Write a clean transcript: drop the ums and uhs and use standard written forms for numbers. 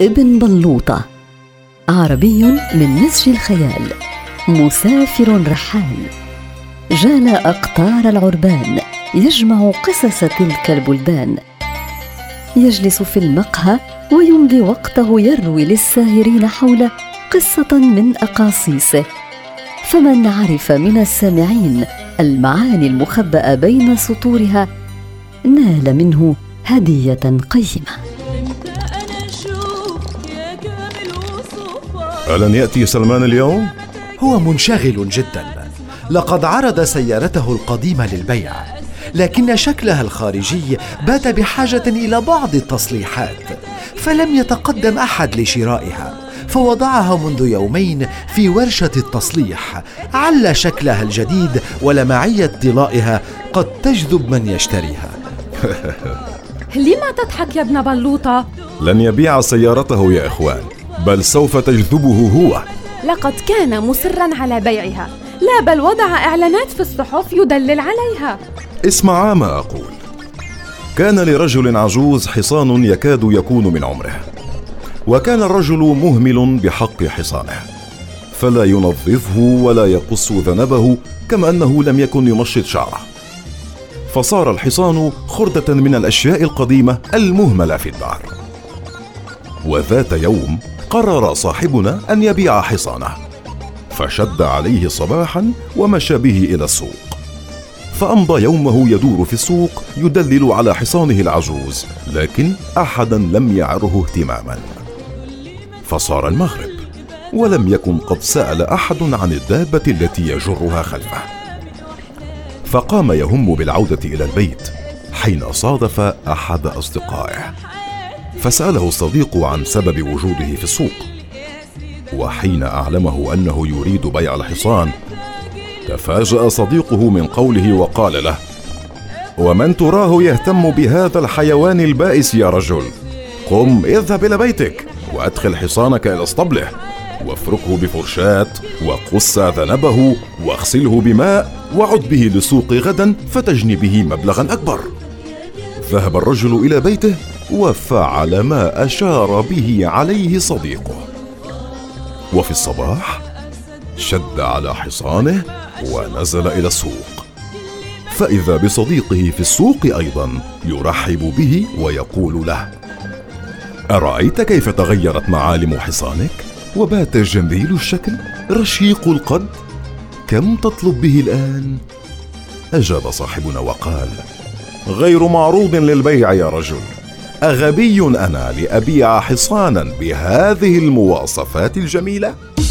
ابن بلوطة، عربي من نسج الخيال، مسافر رحال، جال أقطار العربان يجمع قصص تلك البلدان، يجلس في المقهى ويمضي وقته يروي للساهرين حول قصة من أقاصيصه، فمن عرف من السامعين المعاني المخبأة بين سطورها نال منه هدية قيمة. ألن يأتي سلمان اليوم؟ هو منشغل جدا، لقد عرض سيارته القديمة للبيع، لكن شكلها الخارجي بات بحاجة إلى بعض التصليحات، فلم يتقدم أحد لشرائها، فوضعها منذ يومين في ورشة التصليح، عل شكلها الجديد ولمعية ضلائها قد تجذب من يشتريها. لما تضحك يا ابن بلوطة؟ لن يبيع سيارته يا إخوان، بل سوف تجذبه هو. لقد كان مصراً على بيعها، لا بل وضع إعلانات في الصحف يدلل عليها. اسمع ما أقول. كان لرجل عجوز حصان يكاد يكون من عمره، وكان الرجل مهمل بحق حصانه، فلا ينظفه ولا يقص ذنبه، كما أنه لم يكن يمشط شعره، فصار الحصان خردة من الأشياء القديمة المهملة في الدار. وذات يوم قرر صاحبنا أن يبيع حصانه، فشد عليه صباحا ومشى به إلى السوق، فأمضى يومه يدور في السوق يدلل على حصانه العجوز، لكن أحدا لم يعره اهتماما. فصار المغرب ولم يكن قد سأل أحد عن الدابة التي يجرها خلفه، فقام يهم بالعودة إلى البيت حين صادف أحد أصدقائه، فسأله الصديق عن سبب وجوده في السوق، وحين أعلمه أنه يريد بيع الحصان تفاجأ صديقه من قوله وقال له: ومن تراه يهتم بهذا الحيوان البائس يا رجل؟ قم اذهب إلى بيتك وأدخل حصانك إلى اسطبله، وافركه بفرشاة، وقص ذنبه، واغسله بماء، وعد به للسوق غدا فتجني به مبلغا أكبر. ذهب الرجل إلى بيته وفعل ما أشار به عليه صديقه، وفي الصباح شد على حصانه ونزل إلى السوق، فإذا بصديقه في السوق أيضا يرحب به ويقول له: أرأيت كيف تغيرت معالم حصانك؟ وبات جميل الشكل رشيق القد، كم تطلب به الآن؟ أجاب صاحبنا وقال: غير معروض للبيع يا رجل، أغبي أنا لأبيع حصانا بهذه المواصفات الجميلة؟